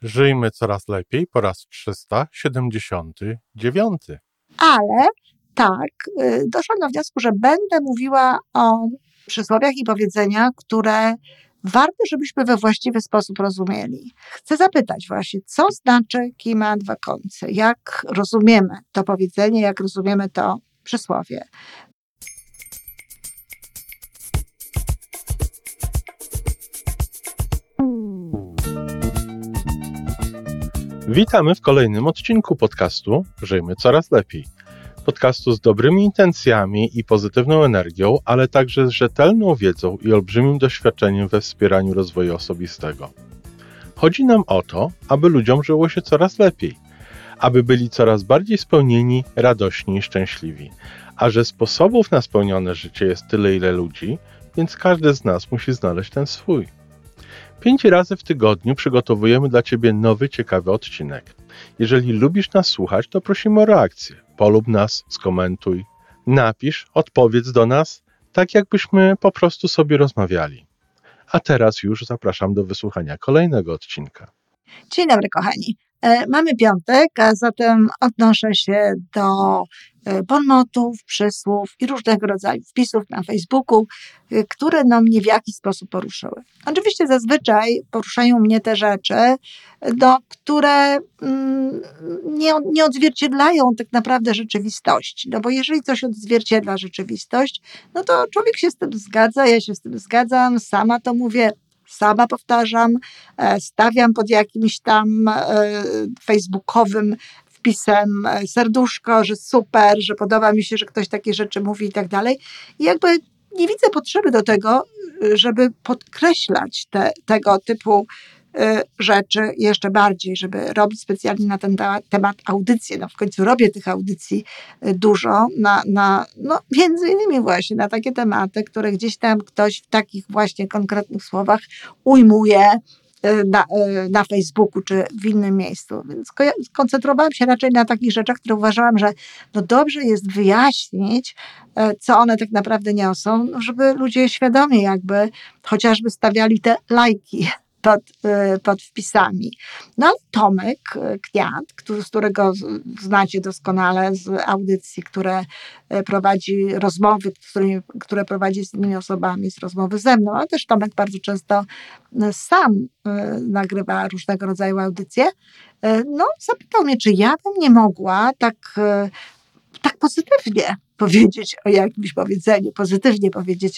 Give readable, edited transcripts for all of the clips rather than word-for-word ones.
Żyjmy coraz lepiej po raz 379. Ale tak, doszłam do wniosku, że będę mówiła o przysłowiach i powiedzeniach, które warto, żebyśmy we właściwy sposób rozumieli. Chcę zapytać właśnie, co znaczy kij ma dwa końce? Jak rozumiemy to powiedzenie, jak rozumiemy to przysłowie? Witamy w kolejnym odcinku podcastu Żyjmy coraz lepiej. Podcastu z dobrymi intencjami i pozytywną energią, ale także z rzetelną wiedzą i olbrzymim doświadczeniem we wspieraniu rozwoju osobistego. Chodzi nam o to, aby ludziom żyło się coraz lepiej, aby byli coraz bardziej spełnieni, radośni i szczęśliwi. A że sposobów na spełnione życie jest tyle, ile ludzi, więc każdy z nas musi znaleźć ten swój. 5 razy w tygodniu przygotowujemy dla Ciebie nowy, ciekawy odcinek. Jeżeli lubisz nas słuchać, to prosimy o reakcję. Polub nas, skomentuj, napisz, odpowiedz do nas, tak jakbyśmy po prostu sobie rozmawiali. A teraz już zapraszam do wysłuchania kolejnego odcinka. Dzień dobry, kochani. Mamy piątek, a zatem odnoszę się do bonmotów, przysłów i różnego rodzaju wpisów na Facebooku, które mnie w jakiś sposób poruszyły. Oczywiście zazwyczaj poruszają mnie te rzeczy, które nie odzwierciedlają tak naprawdę rzeczywistości. No bo jeżeli coś odzwierciedla rzeczywistość, no to człowiek się z tym zgadza, ja się z tym zgadzam, sama to mówię, sama powtarzam, stawiam pod jakimś tam facebookowym wpisem serduszko, że super, że podoba mi się, że ktoś takie rzeczy mówi i tak dalej. I jakby nie widzę potrzeby do tego, żeby podkreślać tego typu rzeczy jeszcze bardziej, żeby robić specjalnie na ten temat audycje. No w końcu robię tych audycji dużo, między innymi właśnie na takie tematy, które gdzieś tam ktoś w takich właśnie konkretnych słowach ujmuje na Facebooku czy w innym miejscu. Więc koncentrowałam się raczej na takich rzeczach, które uważałam, że dobrze jest wyjaśnić, co one tak naprawdę niosą, żeby ludzie świadomie jakby chociażby stawiali te lajki pod wpisami. No ale Tomek Kniat, z którego znacie doskonale z audycji, które prowadzi rozmowy, które prowadzi z innymi osobami, z rozmowy ze mną, ale też Tomek bardzo często sam nagrywa różnego rodzaju audycje, zapytał mnie, czy ja bym nie mogła tak pozytywnie powiedzieć o jakimś powiedzeniu, pozytywnie powiedzieć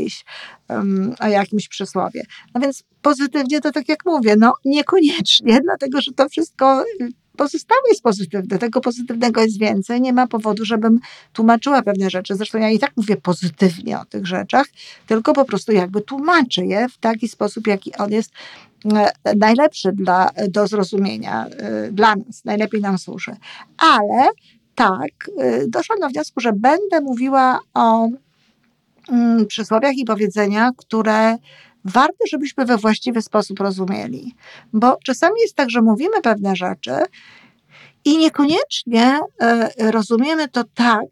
o jakimś przysłowie. No więc pozytywnie to tak jak mówię, niekoniecznie, dlatego że to wszystko pozostałe jest pozytywne. Tego pozytywnego jest więcej. Nie ma powodu, żebym tłumaczyła pewne rzeczy. Zresztą ja i tak mówię pozytywnie o tych rzeczach, tylko po prostu jakby tłumaczę je w taki sposób, jaki on jest najlepszy do zrozumienia dla nas. Najlepiej nam służy. Ale tak, doszłam do wniosku, że będę mówiła o przysłowiach i powiedzeniach, które warto, żebyśmy we właściwy sposób rozumieli. Bo czasami jest tak, że mówimy pewne rzeczy i niekoniecznie rozumiemy to tak,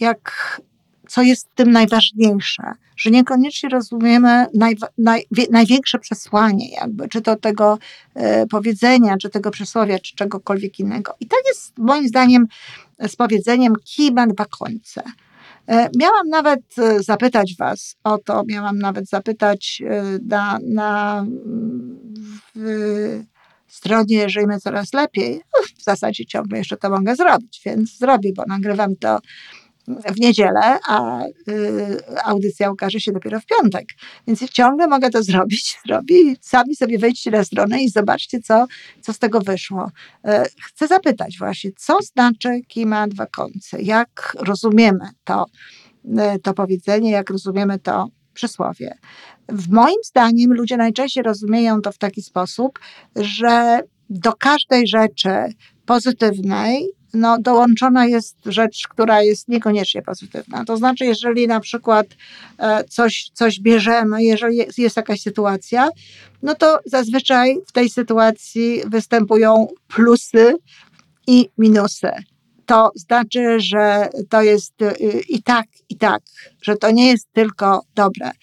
co jest w tym najważniejsze, że niekoniecznie rozumiemy największe przesłanie jakby, czy to tego powiedzenia, czy tego przysłowia, czy czegokolwiek innego. I tak jest moim zdaniem z powiedzeniem kij ma dwa końce. Miałam nawet zapytać was o to, na stronie Żyjmy Coraz Lepiej. W zasadzie ciągle jeszcze to mogę zrobić, więc zrobię, bo nagrywam to w niedzielę, a audycja ukaże się dopiero w piątek. Więc ciągle mogę to zrobić. Sami sobie wejdźcie na stronę i zobaczcie, co z tego wyszło. Chcę zapytać właśnie, co znaczy kij ma dwa końce? Jak rozumiemy to powiedzenie, jak rozumiemy to przysłowie? Moim zdaniem ludzie najczęściej rozumieją to w taki sposób, że do każdej rzeczy pozytywnej dołączona jest rzecz, która jest niekoniecznie pozytywna. To znaczy, jeżeli na przykład coś bierzemy, jeżeli jest jakaś sytuacja, no to zazwyczaj w tej sytuacji występują plusy i minusy. To znaczy, że to jest i tak, że to nie jest tylko dobre.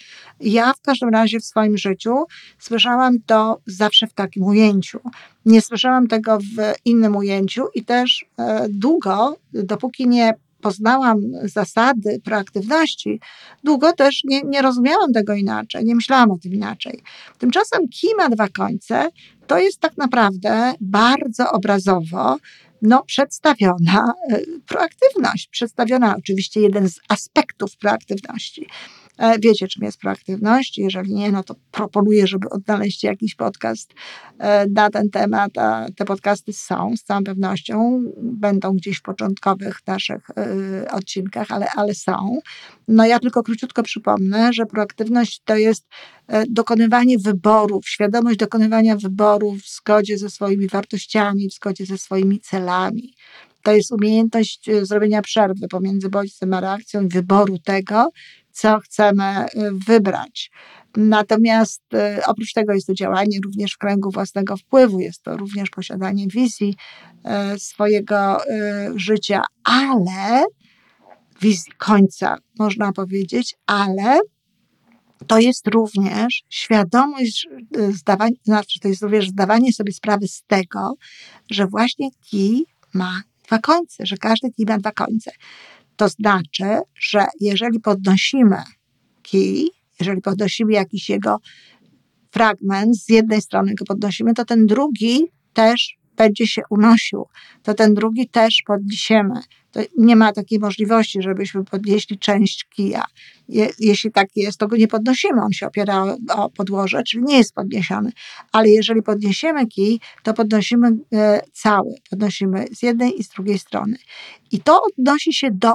Ja w każdym razie w swoim życiu słyszałam to zawsze w takim ujęciu. Nie słyszałam tego w innym ujęciu i też długo, dopóki nie poznałam zasady proaktywności, długo też nie rozumiałam tego inaczej, nie myślałam o tym inaczej. Tymczasem kij ma dwa końce, to jest tak naprawdę bardzo obrazowo przedstawiona proaktywność, przedstawiona oczywiście jeden z aspektów proaktywności. Wiecie, czym jest proaktywność? Jeżeli nie, no to proponuję, żeby odnaleźć jakiś podcast na ten temat, a te podcasty są z całą pewnością, będą gdzieś w początkowych naszych odcinkach, ale są. No ja tylko króciutko przypomnę, że proaktywność to jest dokonywanie wyborów, świadomość dokonywania wyborów w zgodzie ze swoimi wartościami, w zgodzie ze swoimi celami. To jest umiejętność zrobienia przerwy pomiędzy bodźcem a reakcją, wyboru tego, co chcemy wybrać. Natomiast oprócz tego jest to działanie również w kręgu własnego wpływu, jest to również posiadanie wizji swojego życia, ale wizji końca, można powiedzieć, ale to jest również świadomość to jest również zdawanie sobie sprawy z tego, że właśnie kij ma dwa końce, że każdy kij ma dwa końce. To znaczy, że jeżeli podnosimy kij, jeżeli podnosimy jakiś jego fragment, z jednej strony go podnosimy, to ten drugi też będzie się unosił, to ten drugi też podniesiemy. To nie ma takiej możliwości, żebyśmy podnieśli część kija. Jeśli tak jest, to go nie podnosimy, on się opiera o podłoże, czyli nie jest podniesiony. Ale jeżeli podniesiemy kij, to podnosimy cały, podnosimy z jednej i z drugiej strony. I to odnosi się do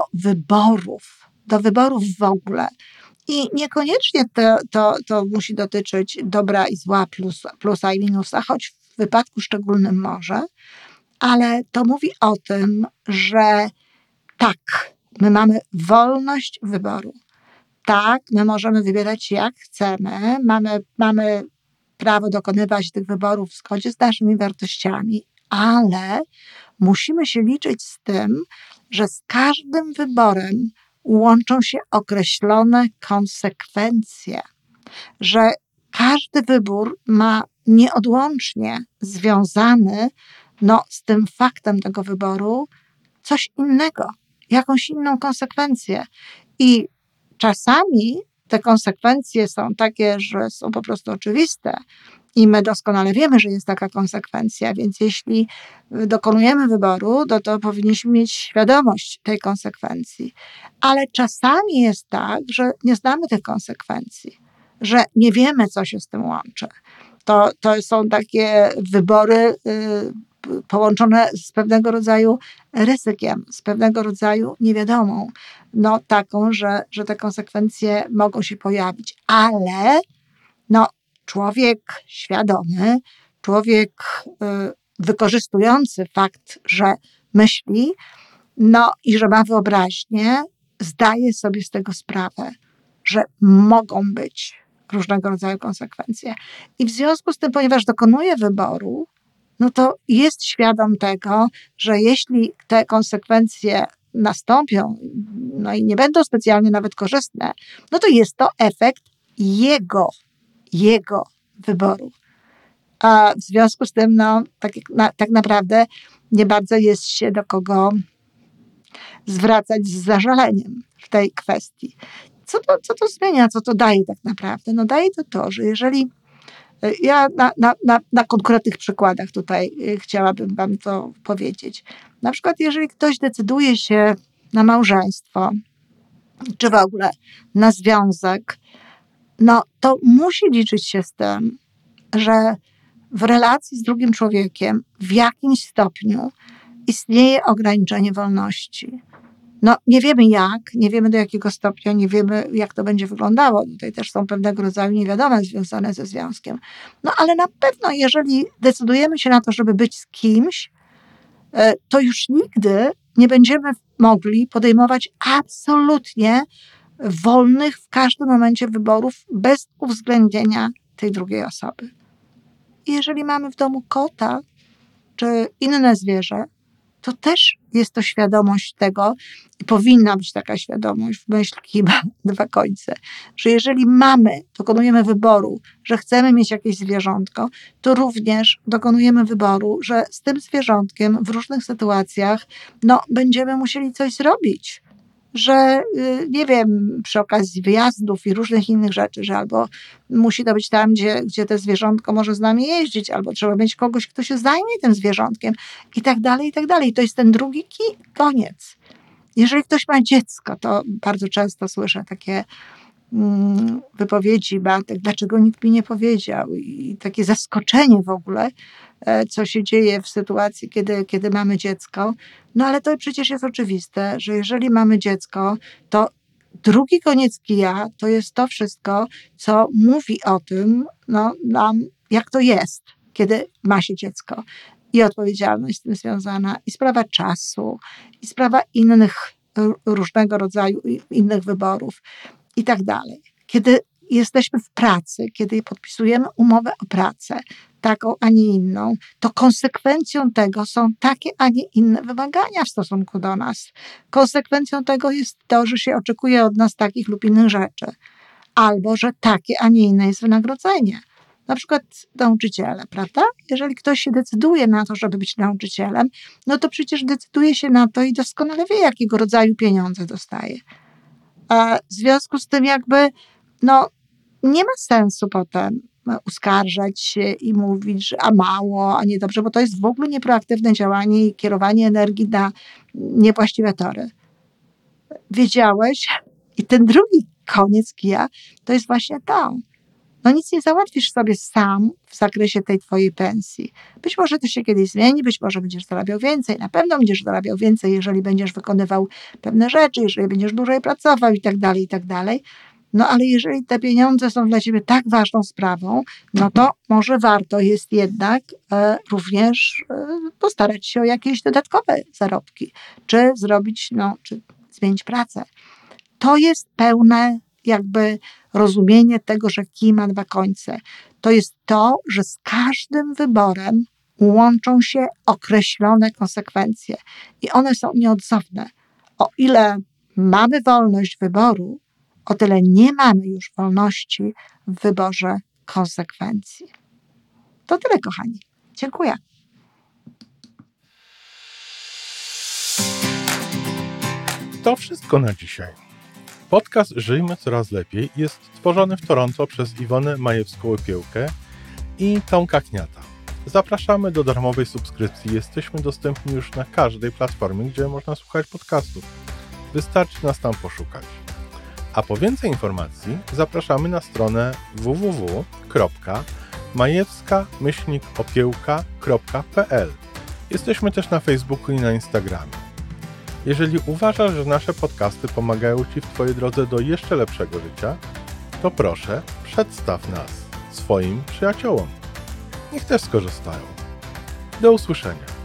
wyborów w ogóle. I niekoniecznie to musi dotyczyć dobra i zła, plusa i minusa, choć w wypadku szczególnym może, ale to mówi o tym, że tak, my mamy wolność wyboru. Tak, my możemy wybierać jak chcemy, mamy prawo dokonywać tych wyborów w zgodzie z naszymi wartościami, ale musimy się liczyć z tym, że z każdym wyborem łączą się określone konsekwencje, że każdy wybór ma nieodłącznie związany z tym faktem tego wyboru coś innego, jakąś inną konsekwencję. I czasami te konsekwencje są takie, że są po prostu oczywiste i my doskonale wiemy, że jest taka konsekwencja, więc jeśli dokonujemy wyboru, to powinniśmy mieć świadomość tej konsekwencji. Ale czasami jest tak, że nie znamy tych konsekwencji, że nie wiemy, co się z tym łączy. To są takie wybory połączone z pewnego rodzaju ryzykiem, z pewnego rodzaju niewiadomą, taką, że te konsekwencje mogą się pojawić. Ale człowiek świadomy, człowiek wykorzystujący fakt, że myśli, i że ma wyobraźnię, zdaje sobie z tego sprawę, że mogą być różnego rodzaju konsekwencje. I w związku z tym, ponieważ dokonuje wyboru, to jest świadom tego, że jeśli te konsekwencje nastąpią, i nie będą specjalnie nawet korzystne, to jest to efekt jego wyboru. A w związku z tym, tak naprawdę nie bardzo jest się do kogo zwracać z zażaleniem w tej kwestii. Co to zmienia, co to daje tak naprawdę? Daje to, że jeżeli ja na konkretnych przykładach tutaj chciałabym wam to powiedzieć. Na przykład, jeżeli ktoś decyduje się na małżeństwo, czy w ogóle na związek, to musi liczyć się z tym, że w relacji z drugim człowiekiem w jakimś stopniu istnieje ograniczenie wolności. Nie wiemy jak, nie wiemy do jakiego stopnia, nie wiemy jak to będzie wyglądało. Tutaj też są pewnego rodzaju niewiadome związane ze związkiem. Ale na pewno jeżeli decydujemy się na to, żeby być z kimś, to już nigdy nie będziemy mogli podejmować absolutnie wolnych w każdym momencie wyborów bez uwzględnienia tej drugiej osoby. I jeżeli mamy w domu kota czy inne zwierzę, to też jest to świadomość tego i powinna być taka świadomość w myśl Kima Dwa Końce, że jeżeli dokonujemy wyboru, że chcemy mieć jakieś zwierzątko, to również dokonujemy wyboru, że z tym zwierzątkiem w różnych sytuacjach będziemy musieli coś zrobić. Że, nie wiem, przy okazji wyjazdów i różnych innych rzeczy, że albo musi to być tam, gdzie to zwierzątko może z nami jeździć, albo trzeba mieć kogoś, kto się zajmie tym zwierzątkiem i tak dalej, i tak dalej. To jest ten drugi koniec. Jeżeli ktoś ma dziecko, to bardzo często słyszę takie wypowiedzi, dlaczego nikt mi nie powiedział, i takie zaskoczenie w ogóle, co się dzieje w sytuacji, kiedy mamy dziecko. Ale to przecież jest oczywiste, że jeżeli mamy dziecko, to drugi koniec kija to jest to wszystko, co mówi o tym, nam, jak to jest, kiedy ma się dziecko. I odpowiedzialność z tym związana, i sprawa czasu, i sprawa innych różnego rodzaju innych wyborów i tak dalej. Kiedy jesteśmy w pracy, kiedy podpisujemy umowę o pracę, taką, a nie inną, to konsekwencją tego są takie, a nie inne wymagania w stosunku do nas. Konsekwencją tego jest to, że się oczekuje od nas takich lub innych rzeczy. Albo, że takie, a nie inne jest wynagrodzenie. Na przykład nauczyciele, prawda? Jeżeli ktoś się decyduje na to, żeby być nauczycielem, to przecież decyduje się na to i doskonale wie, jakiego rodzaju pieniądze dostaje. A w związku z tym nie ma sensu potem uskarżać się i mówić, że mało, a nie dobrze, bo to jest w ogóle nieproaktywne działanie i kierowanie energii na niewłaściwe tory. Wiedziałeś? I ten drugi koniec kija to jest właśnie to. Nic nie załatwisz sobie sam w zakresie tej twojej pensji. Być może to się kiedyś zmieni, być może będziesz zarabiał więcej, na pewno będziesz zarabiał więcej, jeżeli będziesz wykonywał pewne rzeczy, jeżeli będziesz dłużej pracował i tak dalej, i tak dalej. Ale jeżeli te pieniądze są dla ciebie tak ważną sprawą, to może warto jest jednak również postarać się o jakieś dodatkowe zarobki, czy zrobić, czy zmienić pracę. To jest pełne rozumienie tego, że kij ma dwa końce. To jest to, że z każdym wyborem łączą się określone konsekwencje i one są nieodzowne. O ile mamy wolność wyboru, o tyle nie mamy już wolności w wyborze konsekwencji. To tyle, kochani. Dziękuję. To wszystko na dzisiaj. Podcast Żyjmy Coraz Lepiej jest tworzony w Toronto przez Iwonę Majewską-Opiełkę i Tomka Kniata. Zapraszamy do darmowej subskrypcji. Jesteśmy dostępni już na każdej platformie, gdzie można słuchać podcastów. Wystarczy nas tam poszukać. A po więcej informacji zapraszamy na stronę www.majewska-opiełka.pl. Jesteśmy też na Facebooku i na Instagramie. Jeżeli uważasz, że nasze podcasty pomagają Ci w Twojej drodze do jeszcze lepszego życia, to proszę, przedstaw nas swoim przyjaciołom. Niech też skorzystają. Do usłyszenia.